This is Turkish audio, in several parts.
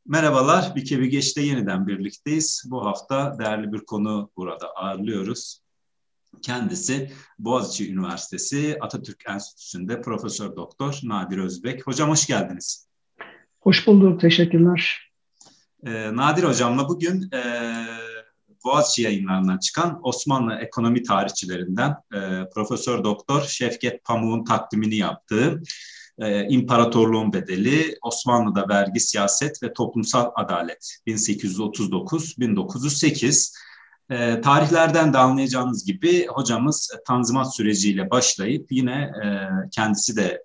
Merhabalar, bir Kebi Geç'te yeniden birlikteyiz. Bu hafta değerli bir konu burada ağırlıyoruz. Kendisi Boğaziçi Üniversitesi Atatürk Enstitüsü'nde Profesör Doktor Nadir Özbek. Hocam hoş geldiniz. Hoş bulduk, teşekkürler. Nadir Hocam'la bugün Boğaziçi yayınlarından çıkan Osmanlı ekonomi tarihçilerinden Profesör Doktor Şevket Pamuk'un takdimini yaptığı İmparatorluğun Bedeli, Osmanlı'da Vergi, Siyaset ve Toplumsal Adalet 1839-1908. Tarihlerden de anlayacağınız gibi hocamız Tanzimat süreciyle başlayıp yine kendisi de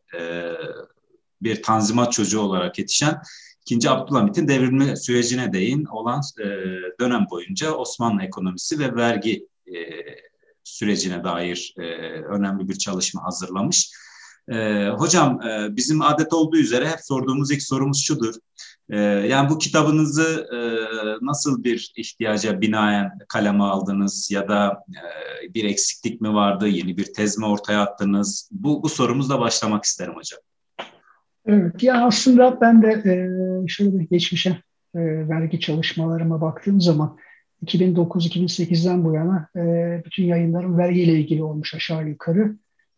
bir Tanzimat çocuğu olarak yetişen II. Abdülhamit'in devrilme sürecine değin olan dönem boyunca Osmanlı ekonomisi ve vergi sürecine dair önemli bir çalışma hazırlamış. Hocam bizim adet olduğu üzere hep sorduğumuz ilk sorumuz şudur. Yani bu kitabınızı nasıl bir ihtiyaca binaen kaleme aldınız ya da bir eksiklik mi vardı, yeni bir tez mi ortaya attınız? Bu sorumuzla başlamak isterim hocam. Evet, yani aslında ben de şöyle bir geçmişe vergi çalışmalarıma baktığım zaman 2009-2008'den bu yana bütün yayınlarım vergiyle ilgili olmuş aşağı yukarı.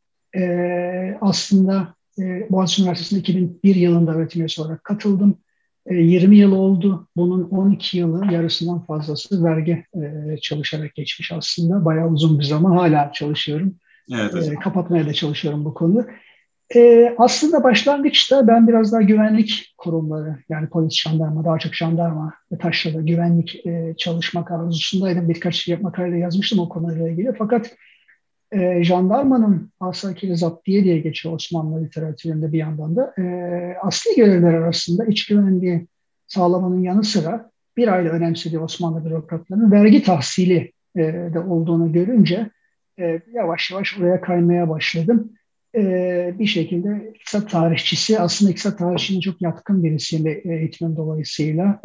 Aslında Boğaziçi Üniversitesi'nde 2001 yılında öğretim üyesi olarak katıldım. 20 yıl oldu. Bunun 12 yılı yarısından fazlası vergi çalışarak geçmiş aslında. Bayağı uzun bir zaman hala çalışıyorum. Evet hocam. Kapatmaya da çalışıyorum bu konuyu. Aslında başlangıçta ben biraz daha güvenlik kurumları, yani polis, jandarma, daha çok jandarma ve taşrada güvenlik çalışmak arzusundaydım. Birkaç makale yazmıştım o konuyla ilgili. Fakat jandarmanın asakiri zaptiye diye geçiyor Osmanlı literatüründe bir yandan da. Asli görevler arasında iç güvenliği sağlamanın yanı sıra bir aile önemsediği Osmanlı bürokratlarının vergi tahsili de olduğunu görünce yavaş yavaş oraya kaymaya başladım. Bir şekilde iktisat tarihçisi, aslında iktisat tarihçiliğine çok yatkın birisiyle eğitimim dolayısıyla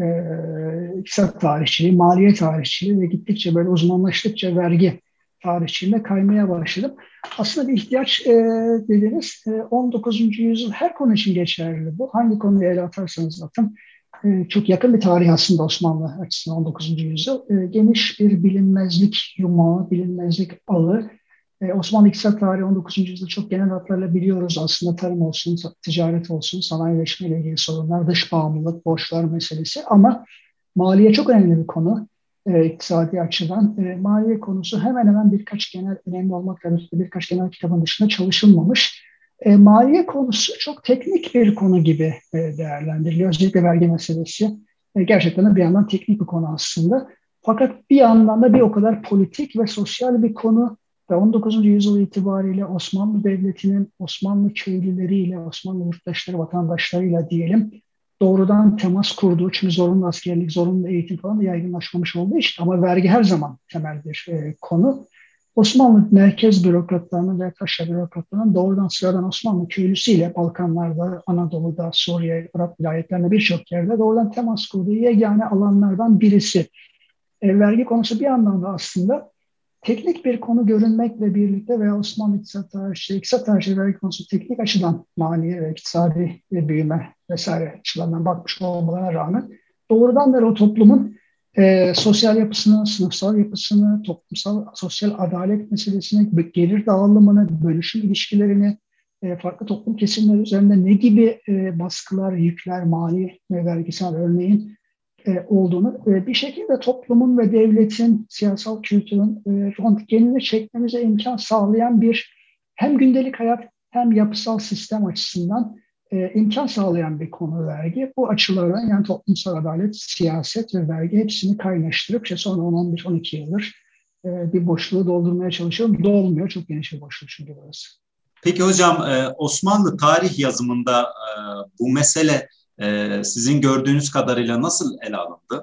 iktisat tarihçiliği, maliye tarihçiliği ve gittikçe böyle uzmanlaştıkça vergi tarihçiliğine kaymaya başladım. Aslında bir ihtiyaç dediğiniz 19. yüzyıl her konu için geçerli bu. Hangi konuyu ele atarsanız atın. Çok yakın bir tarih aslında Osmanlı açısından 19. yüzyıl. Geniş bir bilinmezlik yumağı, bilinmezlik ağı. Osmanlı iktisat tarihi 19. yüzyılda çok genel hatlarıyla biliyoruz. Aslında tarım olsun, ticaret olsun, sanayileşme ile ilgili sorunlar, dış bağımlılık, borçlar meselesi. Ama maliye çok önemli bir konu iktisadi açıdan. Maliye konusu hemen hemen birkaç genel, önemli olmakla birlikte birkaç genel kitabın dışında çalışılmamış. Maliye konusu çok teknik bir konu gibi değerlendiriliyor. Özellikle vergi meselesi. Gerçekten de bir yandan teknik bir konu aslında. Fakat bir yandan da bir o kadar politik ve sosyal bir konu ve 19. yüzyıl itibariyle Osmanlı Devleti'nin Osmanlı köylüleriyle, Osmanlı yurttaşları, vatandaşlarıyla diyelim doğrudan temas kurduğu, çünkü zorunlu askerlik, zorunlu eğitim falan da yaygınlaşmamış olduğu için, ama vergi her zaman temel bir konu. Osmanlı merkez bürokratlarının ve taşra bürokratlarının doğrudan sıradan Osmanlı köylüsüyle Balkanlarda, Anadolu'da, Suriye, Arap vilayetlerinde birçok yerde doğrudan temas kurduğu yegane alanlardan birisi. Vergi konusu bir yandan da aslında teknik bir konu görünmekle birlikte veya Osmanlı iktisat tarihçi vergi konusu teknik açıdan maliye ve iktisadi büyüme vesaire açılarından bakmış olmalarına rağmen doğrudan da o toplumun sosyal yapısını, sınıfsal yapısını, toplumsal, sosyal adalet meselesini, gelir dağılımını, bölüşüm ilişkilerini, farklı toplum kesimleri üzerinde ne gibi baskılar, yükler, mali ve vergisel örneğin olduğunu, bir şekilde toplumun ve devletin, siyasal kültürün röntgenini çekmemize imkan sağlayan bir, hem gündelik hayat hem yapısal sistem açısından imkan sağlayan bir konu vergi. Bu açılardan, yani toplumsal adalet, siyaset ve vergi hepsini kaynaştırıp son 10-11-12 yıldır bir boşluğu doldurmaya çalışıyorum. Dolmuyor. Çok geniş bir boşluk çünkü burası. Peki hocam, Osmanlı tarih yazımında bu mesele sizin gördüğünüz kadarıyla nasıl ele alındı?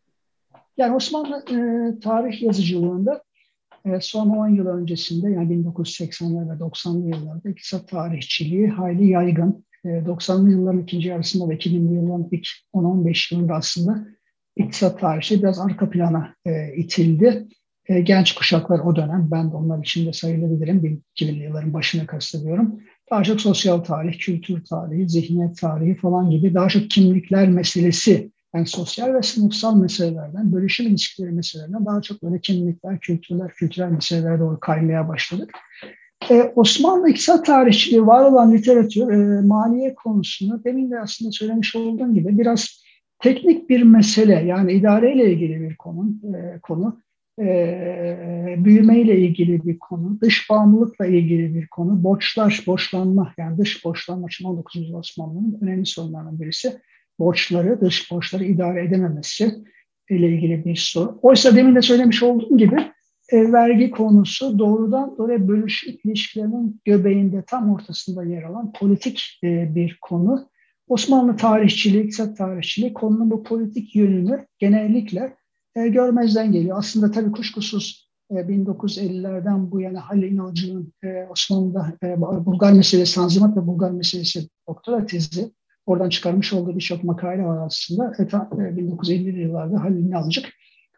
Yani Osmanlı tarih yazıcılığında son 10 yıl öncesinde, yani 1980'ler ve 90'lı yıllarda iktisat tarihçiliği hayli yaygın. 90'lı yılların ikinci yarısında ve 2000'li yılların ilk 10-15 yılında aslında iktisat tarihi biraz arka plana itildi. Genç kuşaklar o dönem, ben de onlar içinde sayılabilirim, 2000'li yılların başına kastediyorum. Daha çok sosyal tarih, kültür tarihi, zihniyet tarihi falan gibi daha çok kimlikler meselesi Yani sosyal ve sınıfsal meselelerden, bölüşüm ilişkileri meselelerinden daha çok böyle kimlikler, kültürler, kültürel meselelere doğru kaymaya başladık. Osmanlı iktisat tarihçiliği var olan literatür maliye konusunu demin de aslında söylemiş olduğum gibi biraz teknik bir mesele, yani idareyle ilgili bir konu, büyümeyle ilgili bir konu, dış bağımlılıkla ilgili bir konu, borçlanma, yani dış borçlanma için 19. yüzyıl Osmanlı'nın önemli sorunlarından birisi dış borçları idare edememesi ile ilgili bir soru. Oysa demin de söylemiş olduğum gibi vergi konusu doğrudan doğruya bölüşüm ilişkilerinin göbeğinde, tam ortasında yer alan politik bir konu. Osmanlı tarihçiliği, iktisat tarihçiliği konunun bu politik yönünü genellikle görmezden geliyor. Aslında tabii kuşkusuz 1950'lerden bu yana Halil İnalcı'nın Osmanlı'da Bulgar meselesi, Tanzimat ve Bulgar meselesi doktora tezi, oradan çıkarmış olduğu birçok makale var aslında. 1950'li yıllarda Halil İnalcık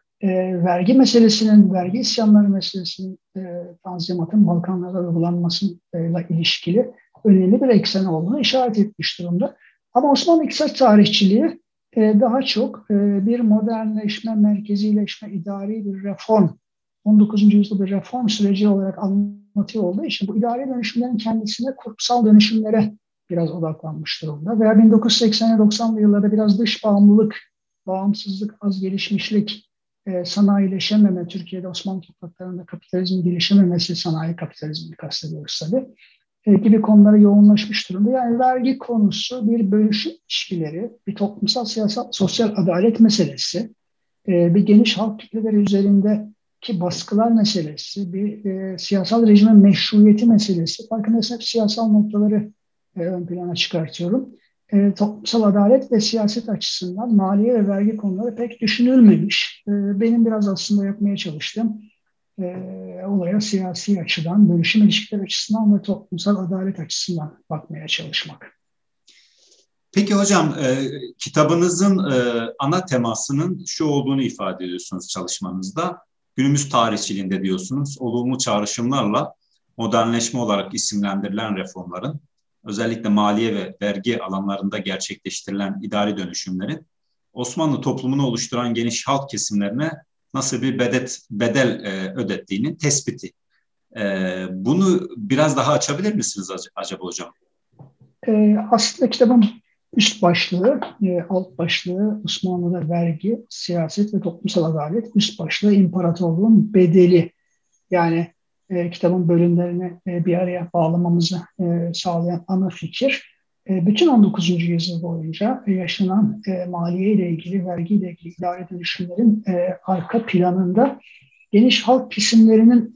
vergi isyanları meselesinin Tanzimat'ın Balkanlarda uygulanmasıyla ilişkili önemli bir eksen olduğunu işaret etmiş durumda. Ama Osmanlı iktisat tarihçiliği daha çok bir modernleşme, merkezileşme, idari bir reform, 19. yüzyılda bir reform süreci olarak anlatıyor olduğu için bu idari dönüşümlerin kendisine kurumsal dönüşümlere biraz odaklanmış durumda. Veya 1980'li 90'lı yıllarda biraz dış bağımlılık, bağımsızlık, az gelişmişlik, sanayileşememe, Türkiye'de Osmanlı topraklarında kapitalizmin gelişememesi, sanayi kapitalizmini kastediyoruz tabii, gibi konulara yoğunlaşmış durumda. Yani vergi konusu bir bölüşüm ilişkileri, bir toplumsal, siyasal, sosyal adalet meselesi, bir geniş halk kitleleri üzerindeki baskılar meselesi, bir siyasal rejimin meşruiyeti meselesi. Farkındaysanız hep siyasal noktaları ön plana çıkartıyorum. Toplumsal adalet ve siyaset açısından maliye ve vergi konuları pek düşünülmemiş. Benim biraz aslında yapmaya çalıştığım olaya siyasi açıdan, bölüşüm ilişkiler açısından ve toplumsal adalet açısından bakmaya çalışmak. Peki hocam, kitabınızın ana temasının şu olduğunu ifade ediyorsunuz çalışmanızda. Günümüz tarihçiliğinde diyorsunuz, olumlu çağrışımlarla modernleşme olarak isimlendirilen reformların, özellikle maliye ve vergi alanlarında gerçekleştirilen idari dönüşümlerin Osmanlı toplumunu oluşturan geniş halk kesimlerine nasıl bir bedel ödettiğinin tespiti. Bunu biraz daha açabilir misiniz acaba hocam? Aslında kitabın üst başlığı, alt başlığı Osmanlı'da vergi, siyaset ve toplumsal adalet, üst başlığı imparatorluğun bedeli. Yani kitabın bölümlerini bir araya bağlamamızı sağlayan ana fikir, bütün 19. yüzyıl boyunca yaşanan maliye ile ilgili, vergi ile ilgili idare dönüşümlerin arka planında geniş halk kesimlerinin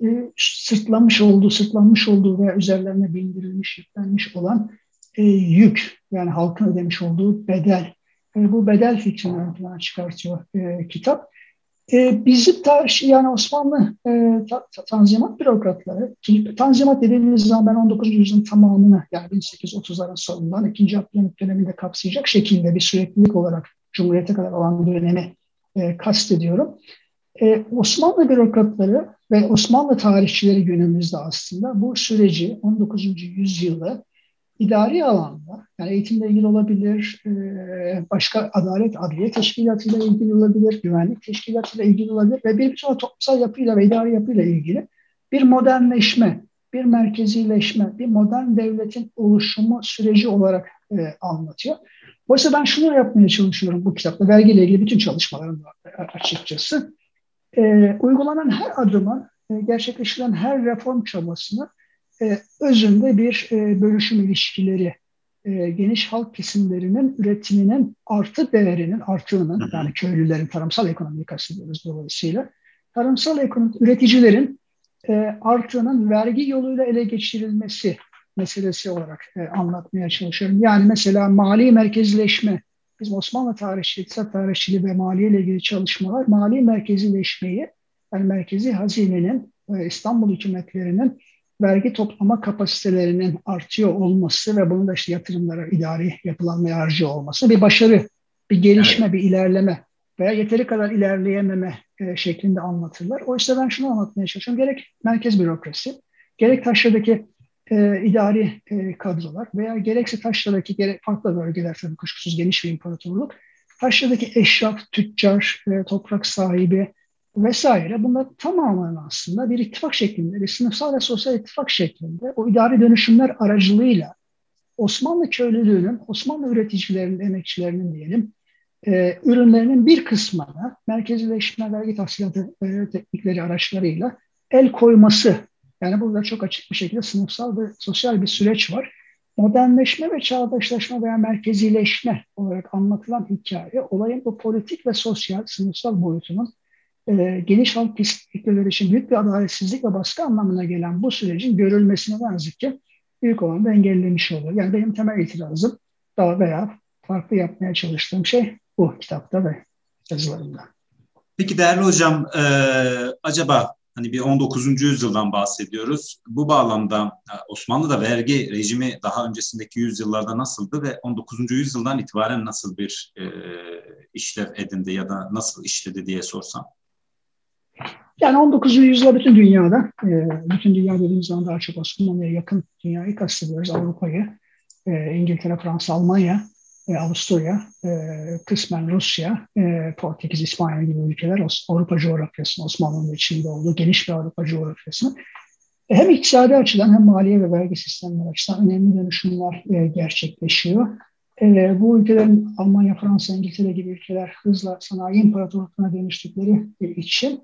sırtlanmış olduğu veya üzerlerine bindirilmiş, yüklenmiş olan yük, yani halkın ödemiş olduğu bedel. Bu bedel fikrini ön plana çıkartıyor kitap. Bizim yani Osmanlı Tanzimat bürokratları, Tanzimat dediğimiz zaman ben 19. yüzyılın tamamını, yani 1830'ların sonundan 2. Abdülhamit döneminde kapsayacak şekilde bir süreklilik olarak Cumhuriyet'e kadar olan dönemi kastediyorum. Osmanlı bürokratları ve Osmanlı tarihçileri günümüzde aslında bu süreci 19. yüzyılda idari alanda, yani eğitimle ilgili olabilir, başka adalet, adliye teşkilatıyla ilgili olabilir, güvenlik teşkilatıyla ilgili olabilir ve bir bütün toplumsal yapıyla ve idari yapıyla ilgili bir modernleşme, bir merkezileşme, bir modern devletin oluşumu süreci olarak anlatıyor. Oysa ben şunu yapmaya çalışıyorum bu kitapta, vergiyle ilgili bütün çalışmalarımda açıkçası. Uygulanan her adımı, gerçekleştirilen her reform çabasını özünde bir bölüşüm ilişkileri, geniş halk kesimlerinin üretiminin artı değerinin artığının, yani köylülerin, tarımsal ekonomiyi kastediyoruz dolayısıyla, tarımsal ekonomi, üreticilerin artığının vergi yoluyla ele geçirilmesi meselesi olarak anlatmaya çalışıyorum. Yani mesela mali merkezleşme, biz Osmanlı tarihçiliği, iktisat tarihçiliği ve maliye ile ilgili çalışmalar mali merkezileşmeyi, yani merkezi hazinenin, İstanbul hükümetlerinin vergi toplama kapasitelerinin artıyor olması ve bunun da işte yatırımlara, idari yapılanmaya harcıyor olması bir başarı, bir gelişme, bir ilerleme veya yeteri kadar ilerleyememe şeklinde anlatırlar. Oysa ben şunu anlatmaya çalışıyorum. Gerek merkez bürokrasi, gerek taşradaki idari kadrolar veya gerekse taşradaki farklı bölgeler, tabii kuşkusuz geniş bir imparatorluk, taşradaki eşraf, tüccar, toprak sahibi vesaire bunlar tamamen aslında bir ittifak şeklinde, bir sınıfsal ve sosyal ittifak şeklinde o idari dönüşümler aracılığıyla Osmanlı köylülüğünün, Osmanlı üreticilerinin, emekçilerinin diyelim, ürünlerinin bir kısmına merkezileşme, vergi tahsilatı teknikleri araçlarıyla el koyması. Yani burada çok açık bir şekilde sınıfsal ve sosyal bir süreç var. Modernleşme ve çağdaşlaşma veya merkezileşme olarak anlatılan hikaye, olayın bu politik ve sosyal, sınıfsal boyutunun geniş halk kitleleri için büyük bir adaletsizlik ve baskı anlamına gelen bu sürecin görülmesine ne yazık ki büyük oranda engellemiş oluyor. Yani benim temel itirazım daha veya farklı yapmaya çalıştığım şey bu kitapta ve yazılarımda. Peki değerli hocam, acaba hani bir 19. yüzyıldan bahsediyoruz. Bu bağlamda Osmanlı'da vergi rejimi daha öncesindeki yüzyıllarda nasıldı ve 19. yüzyıldan itibaren nasıl bir işlev edindi ya da nasıl işledi diye sorsam? Yani 19. yüzyılda bütün dünya dediğimiz zaman daha çok Osmanlı'ya yakın dünyayı kastediyoruz. Avrupa'yı, İngiltere, Fransa, Almanya, Avusturya, kısmen Rusya, Portekiz, İspanya gibi ülkeler Avrupa coğrafyasını, Osmanlı'nın içinde olduğu geniş bir Avrupa coğrafyasını hem iktisadi açıdan hem maliye ve vergi sistemleri açısından önemli dönüşümler gerçekleşiyor. Bu ülkelerin Almanya, Fransa, İngiltere gibi ülkeler hızla sanayi imparatorluklarına dönüştükleri için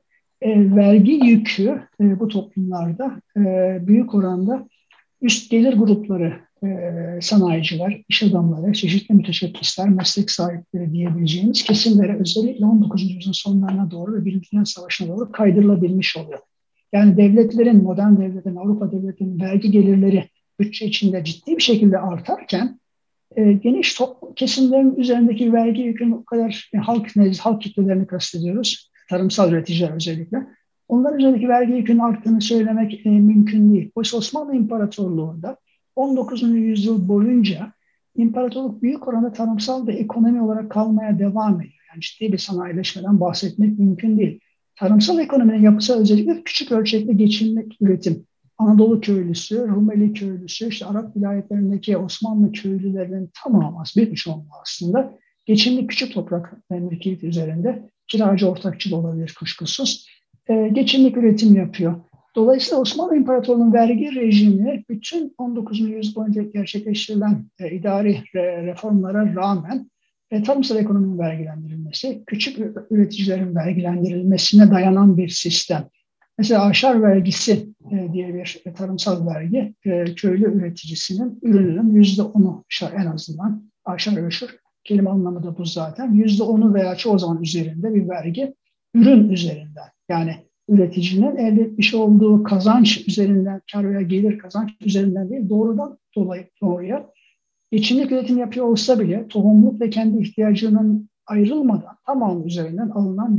vergi yükü bu toplumlarda büyük oranda üst gelir grupları, sanayiciler, iş adamları, çeşitli müteşebbisler, meslek sahipleri diyebileceğimiz kesimlere özellikle 19. yüzyılın sonlarına doğru ve Birinci Dünya Savaşı'na doğru kaydırılabilmiş oluyor. Yani devletlerin, modern devletlerin, Avrupa devletlerinin vergi gelirleri bütçe içinde ciddi bir şekilde artarken geniş toplum kesimlerin üzerindeki vergi yükünün o kadar halk kitlelerini kastediyoruz. Tarımsal üreticiler özellikle. Onların üzerindeki vergi yükünün arttığını söylemek mümkün değil. Oysa Osmanlı İmparatorluğu'nda 19. yüzyıl boyunca imparatorluk büyük oranda tarımsal ve ekonomi olarak kalmaya devam ediyor. Yani ciddi bir sanayileşmeden bahsetmek mümkün değil. Tarımsal ekonominin yapısal özellikle küçük ölçekli geçimlik üretim. Anadolu köylüsü, Rumeli köylüsü, işte Arap vilayetlerindeki Osmanlı köylülerinin tamamı, bir çoğunluğu aslında geçimlik küçük toprak mülkiyeti üzerinde kiracı ortakçı da olabilir kuşkusuz. Geçimlik üretim yapıyor. Dolayısıyla Osmanlı İmparatorluğu'nun vergi rejimi bütün 19. yüzyıl boyunca gerçekleştirilen idari reformlara rağmen tarımsal ekonominin vergilendirilmesi, küçük üreticilerin vergilendirilmesine dayanan bir sistem. Mesela aşar vergisi diye bir tarımsal vergi, köylü üreticisinin ürününün %10'u en azından aşar öşür, kelime anlamı da bu zaten, %10'u veya çoğu zaman üzerinde bir vergi ürün üzerinden. Yani üreticinin elde etmiş olduğu kazanç üzerinden, kar veya gelir kazanç üzerinden değil, doğrudan doğruya geçimlik üretim yapıyor olsa bile tohumluk ve kendi ihtiyacının ayrılmadan tamamı üzerinden alınan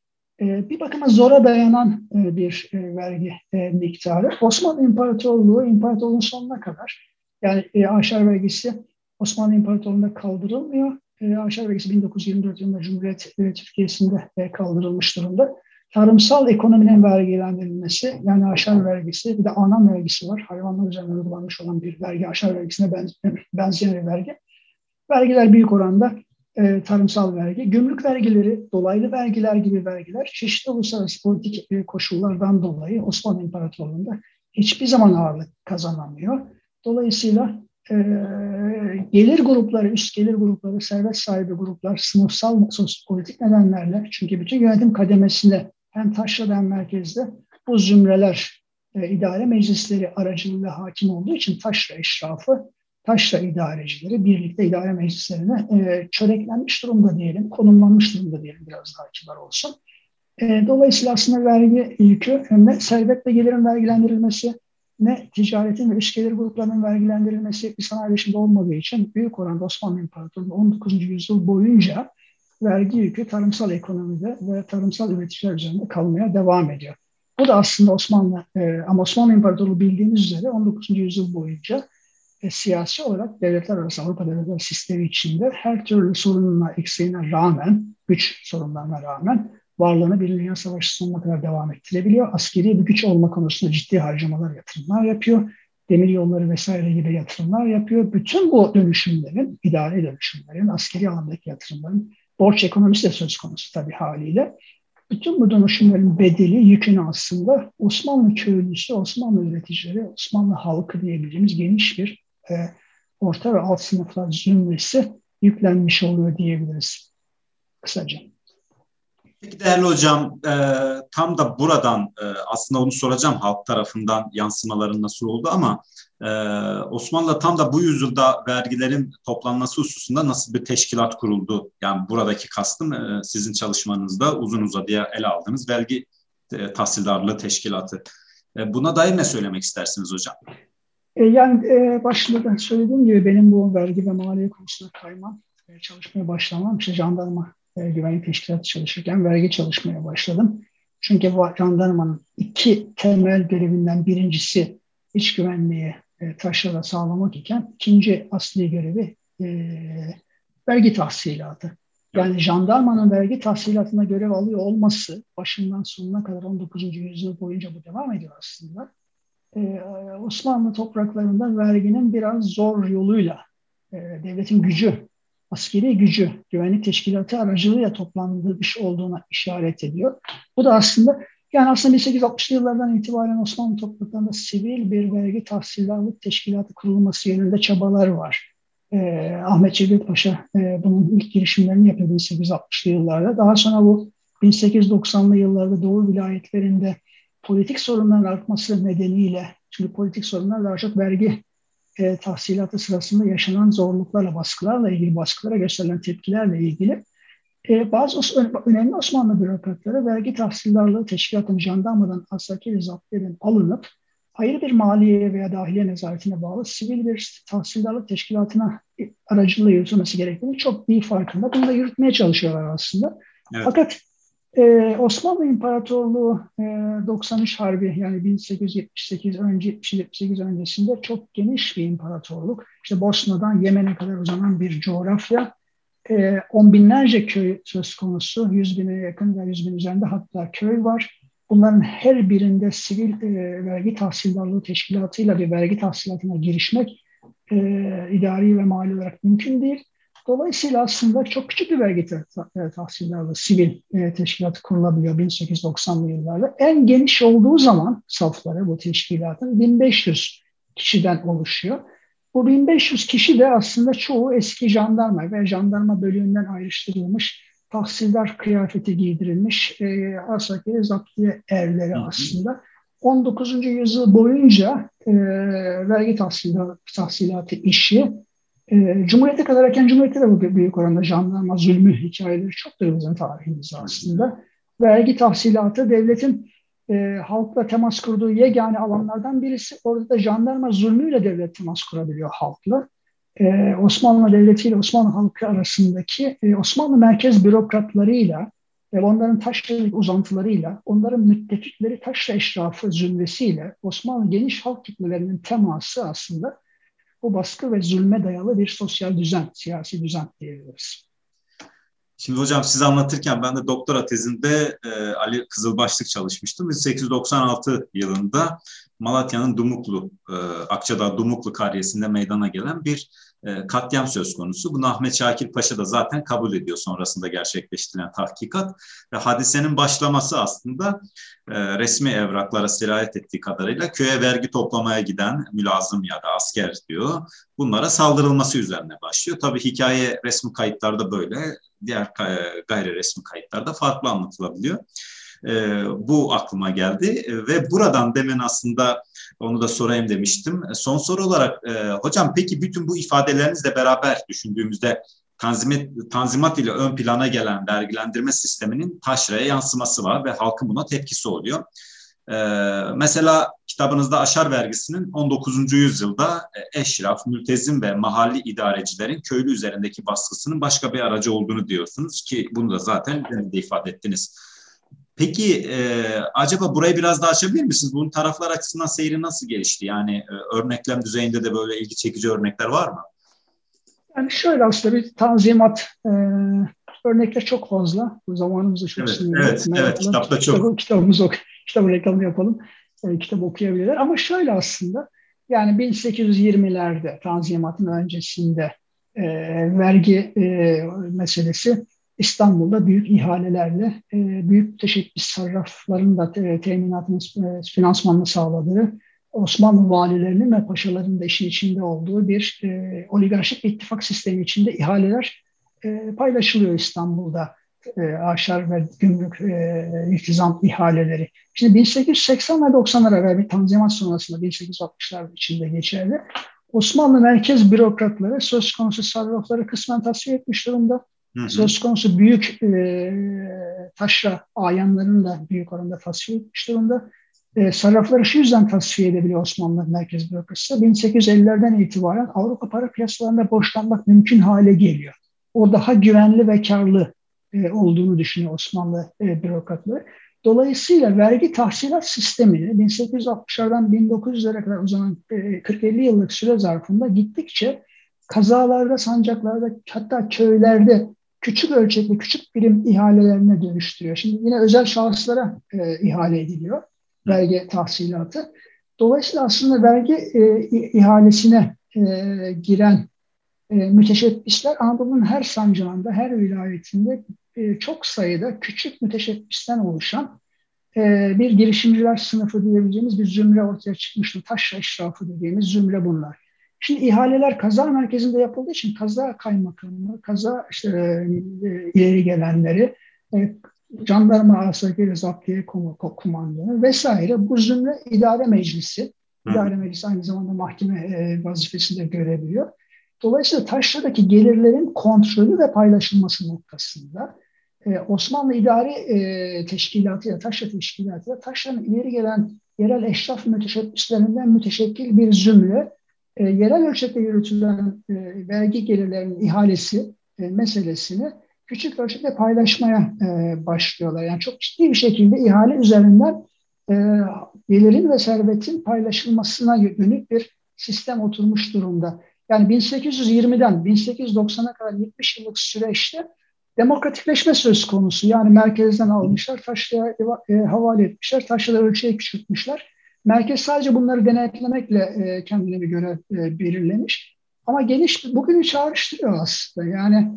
bir bakıma zora dayanan bir vergi miktarı. Osmanlı İmparatorluğu'nun sonuna kadar yani aşar vergisi Osmanlı İmparatorluğu'nda kaldırılmıyor. Aşar vergisi 1924 yılında Cumhuriyet Türkiye'sinde kaldırılmış durumda. Tarımsal ekonominin vergilendirilmesi, yani aşar vergisi, bir de anam vergisi var. Hayvanlar üzerine uygulanmış olan bir vergi, aşar vergisine benzeyen bir vergi. Vergiler büyük oranda tarımsal vergi, gümrük vergileri, dolaylı vergiler gibi vergiler çeşitli uluslararası politik koşullardan dolayı Osmanlı İmparatorluğu'nda hiçbir zaman ağırlık kazanamıyor. Dolayısıyla gelir grupları, üst gelir grupları, servet sahibi gruplar sınıfsal sosyopolitik nedenlerle, çünkü bütün yönetim kademesinde hem taşrada hem merkezde bu zümreler idare meclisleri aracılığıyla hakim olduğu için taşra eşrafı, taşra idarecileri birlikte idare meclislerine çöreklenmiş durumda diyelim, konumlanmış durumda diyelim, biraz daha kibar olsun. Dolayısıyla aslında vergi yükü ne servet ve gelirin vergilendirilmesi, ne ticaretin ve üst gelir gruplarının vergilendirilmesi bir sanayileşmede olmadığı için büyük oranda Osmanlı İmparatorluğu 19. yüzyıl boyunca vergi yükü tarımsal ekonomide ve tarımsal üreticiler üzerinde kalmaya devam ediyor. Bu da aslında ama Osmanlı İmparatorluğu bildiğiniz üzere 19. yüzyıl boyunca siyasi olarak devletler arası Avrupa devletler sistemi içinde her türlü sorununa, eksiğine rağmen, güç sorunlarına rağmen varlığını Birinci Dünya Savaşı sonuna kadar devam ettirebiliyor. Askeri bir güç olma konusunda ciddi harcamalar, yatırımlar yapıyor. Demir yolları vesaire gibi yatırımlar yapıyor. Bütün bu dönüşümlerin, idari dönüşümlerin, askeri alandaki yatırımların borç ekonomisi de söz konusu tabii haliyle. Bütün bu dönüşümlerin bedeli, yükünü aslında Osmanlı köylüsü, Osmanlı üreticileri, Osmanlı halkı diyebileceğimiz geniş bir orta ve alt sınıflar zümresi yüklenmiş oluyor diyebiliriz kısaca. Peki değerli hocam, tam da buradan aslında onu soracağım, halk tarafından yansımaların nasıl oldu ama Osmanlı tam da bu yüzyılda vergilerin toplanması hususunda nasıl bir teşkilat kuruldu? Yani buradaki kastım sizin çalışmanızda uzun uzadıya ele aldığınız vergi tahsildarlığı teşkilatı. Buna dair ne söylemek istersiniz hocam? Yani başında da söylediğim gibi benim bu vergi ve maliye konusunda kaymam, çalışmaya başlamam, işte jandarma güvenlik teşkilatı çalışırken vergi çalışmaya başladım. Çünkü jandarmanın iki temel görevinden birincisi iç güvenliği taşrada sağlamak iken ikinci asli görevi vergi tahsilatı. Yani jandarmanın vergi tahsilatına görev alıyor olması başından sonuna kadar 19. yüzyıl boyunca bu devam ediyor aslında. Osmanlı topraklarında verginin biraz zor yoluyla devletin gücü, askeri gücü, güvenlik teşkilatı aracılığıyla toplandığı bir şey olduğuna işaret ediyor. Bu da aslında 1860'lı yıllardan itibaren Osmanlı topraklarında sivil bir vergi tahsildarlık teşkilatı kurulması yönünde çabalar var. Ahmet Cevdet Paşa bunun ilk girişimlerini yapıyor 1860'lı yıllarda. Daha sonra bu 1890'lı yıllarda Doğu vilayetlerinde politik sorunların artması nedeniyle, çünkü politik sorunlar daha çok vergi tahsilatı sırasında yaşanan zorluklarla, baskılarla ilgili, baskılara gösterilen tepkilerle ilgili bazı önemli Osmanlı bürokratları vergi tahsildarlığı teşkilatının jandarmadan, asakiri zaptiyeden alınıp ayrı bir maliye veya dahiliye nezaretine bağlı sivil bir tahsildarlık teşkilatına aracılığı yürütülmesi gerektiğini çok iyi farkında. Bunu da yürütmeye çalışıyorlar aslında. Evet. Fakat Osmanlı İmparatorluğu 93 Harbi yani 1878 öncesinde çok geniş bir imparatorluk. İşte Bosna'dan Yemen'e kadar uzanan bir coğrafya. On binlerce köy söz konusu. 100 bine yakın ve 100 bin üzerinde hatta köy var. Bunların her birinde sivil vergi tahsildarlığı teşkilatıyla bir vergi tahsilatına girişmek idari ve mali olarak mümkün değil. Dolayısıyla aslında çok küçük bir vergi tahsildarlığı sivil teşkilatı kurulabiliyor 1890'lı yıllarda. En geniş olduğu zaman safları bu teşkilatın 1500 kişiden oluşuyor. Bu 1500 kişi de aslında çoğu eski jandarma ve jandarma bölüğünden ayrıştırılmış, tahsildar kıyafeti giydirilmiş asakiri zaptiye erleri aslında. 19. yüzyıl boyunca vergi tahsilatı işi Cumhuriyete kadar erken Cumhuriyet'te de bu büyük oranda jandarma zulmü hikayeleri çok da bizim tarihimizde aslında. Vergi tahsilatı devletin halkla temas kurduğu yegane alanlardan birisi. Orada da jandarma zulmüyle devlet temas kurabiliyor halkla. Osmanlı Devleti ile Osmanlı halkı arasındaki Osmanlı merkez bürokratlarıyla ve onların taşra uzantılarıyla, onların müttefikleri taşra eşrafı zümresiyle Osmanlı geniş halk kitlelerinin teması aslında bu baskı ve zulme dayalı bir sosyal düzen, siyasi düzen diyebiliriz. Şimdi hocam siz anlatırken ben de doktora tezinde Ali Kızılbaşlık çalışmıştım. 1896 yılında Malatya'nın Dumuklu, Akçadağ Dumuklu karyesinde meydana gelen bir katliam söz konusu. Bunu Ahmet Şakir Paşa da zaten kabul ediyor sonrasında gerçekleştirilen tahkikat. Ve hadisenin başlaması aslında resmi evraklara sirayet ettiği kadarıyla köye vergi toplamaya giden mülazım ya da asker diyor. Bunlara saldırılması üzerine başlıyor. Tabii hikaye resmi kayıtlarda böyle, diğer gayri resmi kayıtlarda farklı anlatılabiliyor. Bu aklıma geldi ve buradan demin aslında onu da sorayım demiştim. Son soru olarak hocam peki bütün bu ifadelerinizle beraber düşündüğümüzde Tanzimat ile ön plana gelen vergilendirme sisteminin taşraya yansıması var ve halkın buna tepkisi oluyor. Mesela kitabınızda aşar vergisinin 19. yüzyılda eşraf, mültezim ve mahalli idarecilerin köylü üzerindeki baskısının başka bir aracı olduğunu diyorsunuz ki bunu da zaten de ifade ettiniz. Peki acaba burayı biraz daha açabilir misiniz? Bunun taraflar açısından seyri nasıl gelişti? Yani örneklem düzeyinde de böyle ilgi çekici örnekler var mı? Yani şöyle aslında bir tanzimat örnekler çok fazla. Bu zamanımızda çok sınırlı. Evet, kitapta çok. Kitabın reklamını yapalım. Kitap okuyabilirler. Ama şöyle aslında yani 1820'lerde Tanzimat'ın öncesinde vergi meselesi İstanbul'da büyük ihalelerle büyük müteşebbis sarrafların da teminatını, finansmanını sağladığı, Osmanlı valilerinin ve paşaların da işin içinde olduğu bir oligarşik ittifak sistemi içinde ihaleler paylaşılıyor İstanbul'da. Arşar ve gümrük iltizam ihaleleri. Şimdi 1880 ve 90'lara ve Tanzimat sonrasında 1860'lar içinde geçerli. Osmanlı merkez bürokratları söz konusu sarrafları kısmen tasfiye etmiş durumda. Hı hı. Söz konusu büyük taşra ayanlarını da büyük oranda tasfiye etmiş durumda. Sarrafları şu yüzden tasfiye edebiliyor Osmanlı merkez bürokrasisi. 1850'lerden itibaren Avrupa para piyasalarında borçlanmak mümkün hale geliyor. O daha güvenli ve karlı olduğunu düşünüyor Osmanlı bürokratları. Dolayısıyla vergi tahsilat sistemini 1860'lardan 1900'lere kadar uzanan 40-50 yıllık süre zarfında gittikçe kazalarda, sancaklarda, hatta köylerde küçük ölçekli, küçük birim ihalelerine dönüştürüyor. Şimdi yine özel şahıslara ihale ediliyor vergi tahsilatı. Dolayısıyla aslında vergi ihalesine giren müteşebbisler Anadolu'nun her sancağında, her vilayetinde çok sayıda küçük müteşebbisten oluşan bir girişimciler sınıfı diyebileceğimiz bir zümre ortaya çıkmıştı. Taşra eşrafı dediğimiz zümre bunlar. Şimdi ihaleler kaza merkezinde yapıldığı için kaza kaymakamı, kaza ileri gelenleri, jandarma asakiri zaptiye kumandanı vesaire bu zümre idare meclisi. İdare meclisi aynı zamanda mahkeme vazifesini de görebiliyor. Dolayısıyla taşradaki gelirlerin kontrolü ve paylaşılması noktasında Osmanlı İdari Teşkilatı ya Taşra Teşkilatı da Taşra'nın ileri gelen yerel eşraf müteşebbislerinden müteşekkil bir zümre yerel ölçekte yürütülen vergi gelirlerinin ihalesi meselesini küçük ölçekte paylaşmaya başlıyorlar. Yani çok ciddi bir şekilde ihale üzerinden gelirin ve servetin paylaşılmasına yönelik bir sistem oturmuş durumda. Yani 1820'den 1890'a kadar 70 yıllık süreçte demokratikleşme söz konusu. Yani merkezden almışlar, Taşra'ya havale etmişler, Taşra'da ölçeği küçültmüşler. Merkez sadece bunları denetlemekle kendine bir görev belirlemiş. Ama bugünü çağrıştırıyor aslında. Yani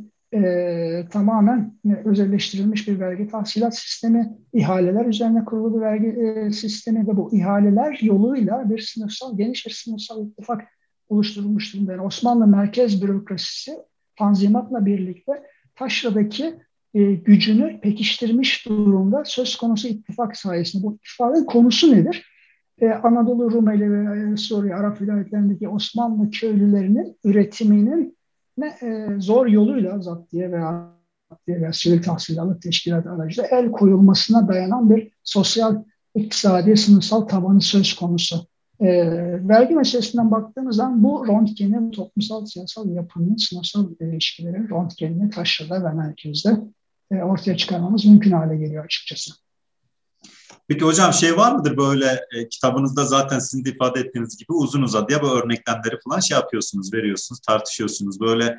tamamen özelleştirilmiş bir vergi tahsilat sistemi, ihaleler üzerine kurulu bir vergi sistemi ve bu ihaleler yoluyla geniş bir sınıfsal ittifak oluşturulmuş durumda. Yani Osmanlı merkez bürokrasisi Tanzimat'la birlikte Taşra'daki gücünü pekiştirmiş durumda söz konusu ittifak sayesinde. Bu ittifakın konusu nedir? Anadolu, Rumeli ve Suriye, Arap vilayetlerindeki Osmanlı köylülerinin üretiminin zor yoluyla zaptiye veya sivil tahsilat teşkilat aracılığıyla el koyulmasına dayanan bir sosyal, iktisadi, sınıfsal tabanı söz konusu. Vergi meselesinden baktığımız zaman bu röntgenin, toplumsal siyasal yapının, sınıfsal ilişkilerin röntgenini Taşra'da ve merkezde ortaya çıkarmamız mümkün hale geliyor açıkçası. Peki hocam var mıdır böyle kitabınızda zaten sizin de ifade ettiğiniz gibi uzun uzadıya bu örneklemleri falan yapıyorsunuz, veriyorsunuz, tartışıyorsunuz. Böyle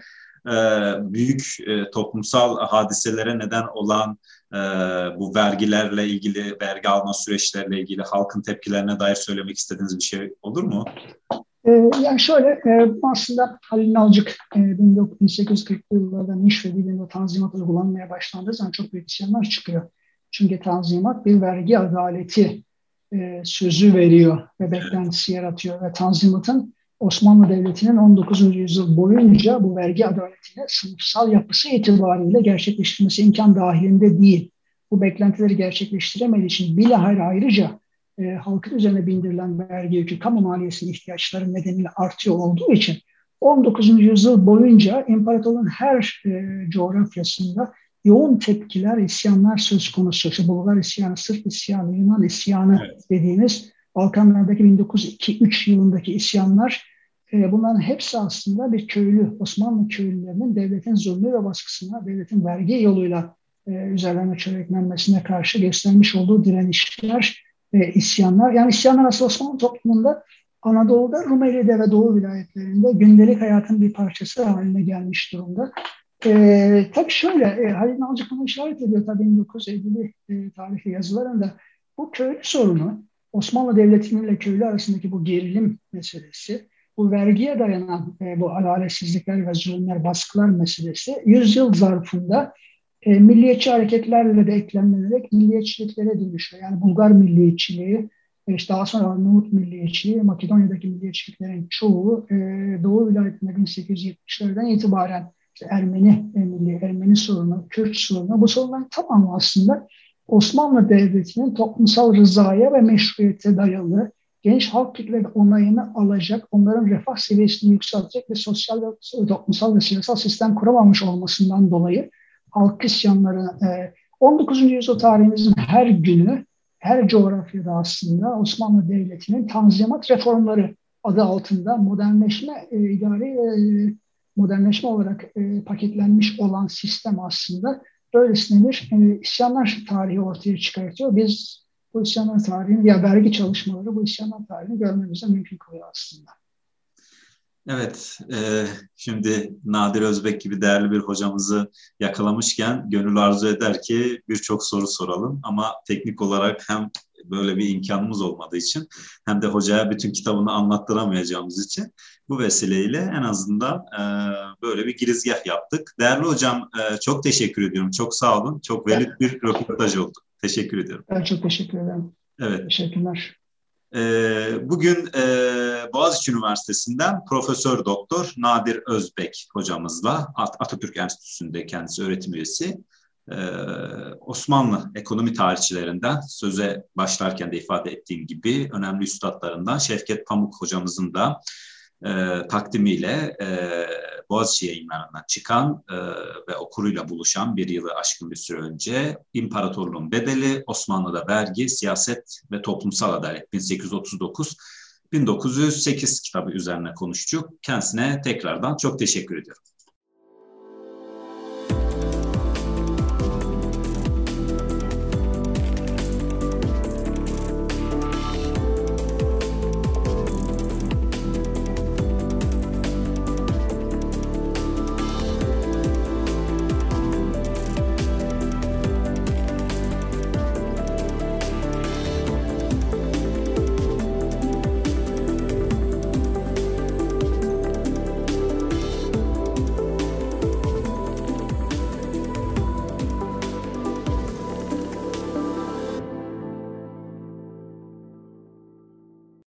büyük toplumsal hadiselere neden olan bu vergilerle ilgili, vergi alma süreçleriyle ilgili halkın tepkilerine dair söylemek istediğiniz bir şey olur mu? Yani şöyle, aslında Halil Nalcık 1840'lı yıllarda Niş ve Dilim'de Tanzimat uygulanmaya başlandığı zaman çok büyük isyanlar çıkıyor. Çünkü Tanzimat bir vergi adaleti sözü veriyor ve beklentisi yaratıyor. Ve Tanzimat'ın Osmanlı Devleti'nin 19. yüzyıl boyunca bu vergi adaletini sınıfsal yapısı itibariyle gerçekleştirmesi imkan dahilinde değil. Bu beklentileri gerçekleştiremediği için bilahare ayrıca halkın üzerine bindirilen vergi yükü kamu maliyesinin ihtiyaçları nedeniyle artıyor olduğu için 19. yüzyıl boyunca imparatorluğun her coğrafyasında yoğun tepkiler, isyanlar söz konusu. İşte Bulgar isyanı, Sırp isyanı, Yunan isyanı dediğimiz Balkanlardaki 1902-3 yılındaki isyanlar, bunların hepsi aslında bir Osmanlı köylülerinin devletin zulmü ve baskısına, devletin vergi yoluyla üzerlerine çöreklenmesine karşı göstermiş olduğu direnişler, isyanlar. Yani isyanlar aslında Osmanlı toplumunda Anadolu'da, Rumeli'de ve Doğu vilayetlerinde gündelik hayatın bir parçası haline gelmiş durumda. Tabii şöyle, Halil Nalcık bunu işaret ediyor tabii 1950 tarihli yazılarında. Bu köylü sorunu, Osmanlı Devleti'nin ile köylü arasındaki bu gerilim meselesi, bu vergiye dayanan bu adaletsizlikler ve zulümler, baskılar meselesi 100 yıl zarfında Milliyetçi hareketlerle de eklemlenerek milliyetçiliklere dönüşüyor. Yani Bulgar milliyetçiliği, işte daha sonra Arnavut milliyetçiliği, Makedonya'daki milliyetçiliklerin çoğu Doğu vilayetinde 1870'lerden itibaren işte Ermeni sorunu, Kürt sorunu, bu sorunların tamamı aslında Osmanlı Devleti'nin toplumsal rızaya ve meşruiyete dayalı, genç halk kitle onayını alacak, onların refah seviyesini yükseltecek ve sosyal ve toplumsal ve siyasal sistem kuramamış olmasından dolayı halk isyanları, 19. yüzyıl tarihimizin her günü, her coğrafyada aslında Osmanlı Devleti'nin tanzimat reformları adı altında modernleşme, modernleşme olarak paketlenmiş olan sistem aslında böylesine bir isyanlar tarihi ortaya çıkartıyor. Biz bu isyanlar tarihini ya vergi çalışmaları bu isyanlar tarihini görmemize mümkün kılıyor aslında. Evet, şimdi Nadir Özbek gibi değerli bir hocamızı yakalamışken gönül arzu eder ki birçok soru soralım. Ama teknik olarak hem böyle bir imkanımız olmadığı için hem de hocaya bütün kitabını anlattıramayacağımız için bu vesileyle en azından böyle bir girizgah yaptık. Değerli hocam çok teşekkür ediyorum. Çok sağ olun. Çok verimli bir röportaj oldu. Teşekkür ediyorum. Ben çok teşekkür ederim. Evet. Teşekkürler. Bugün Boğaziçi Üniversitesi'nden Profesör Doktor Nadir Özbek hocamızla Atatürk Enstitüsü'nde kendisi öğretim üyesi. Osmanlı ekonomi tarihçilerinden söze başlarken de ifade ettiğim gibi önemli üstadlarından Şevket Pamuk hocamızın da takdimiyle Boğaziçi Yayınları'ndan çıkan ve okuruyla buluşan bir yılı aşkın bir süre önce İmparatorluğun Bedeli, Osmanlı'da Vergi, Siyaset ve Toplumsal Adalet 1839-1908 kitabı üzerine konuştuk. Kendisine tekrardan çok teşekkür ediyorum.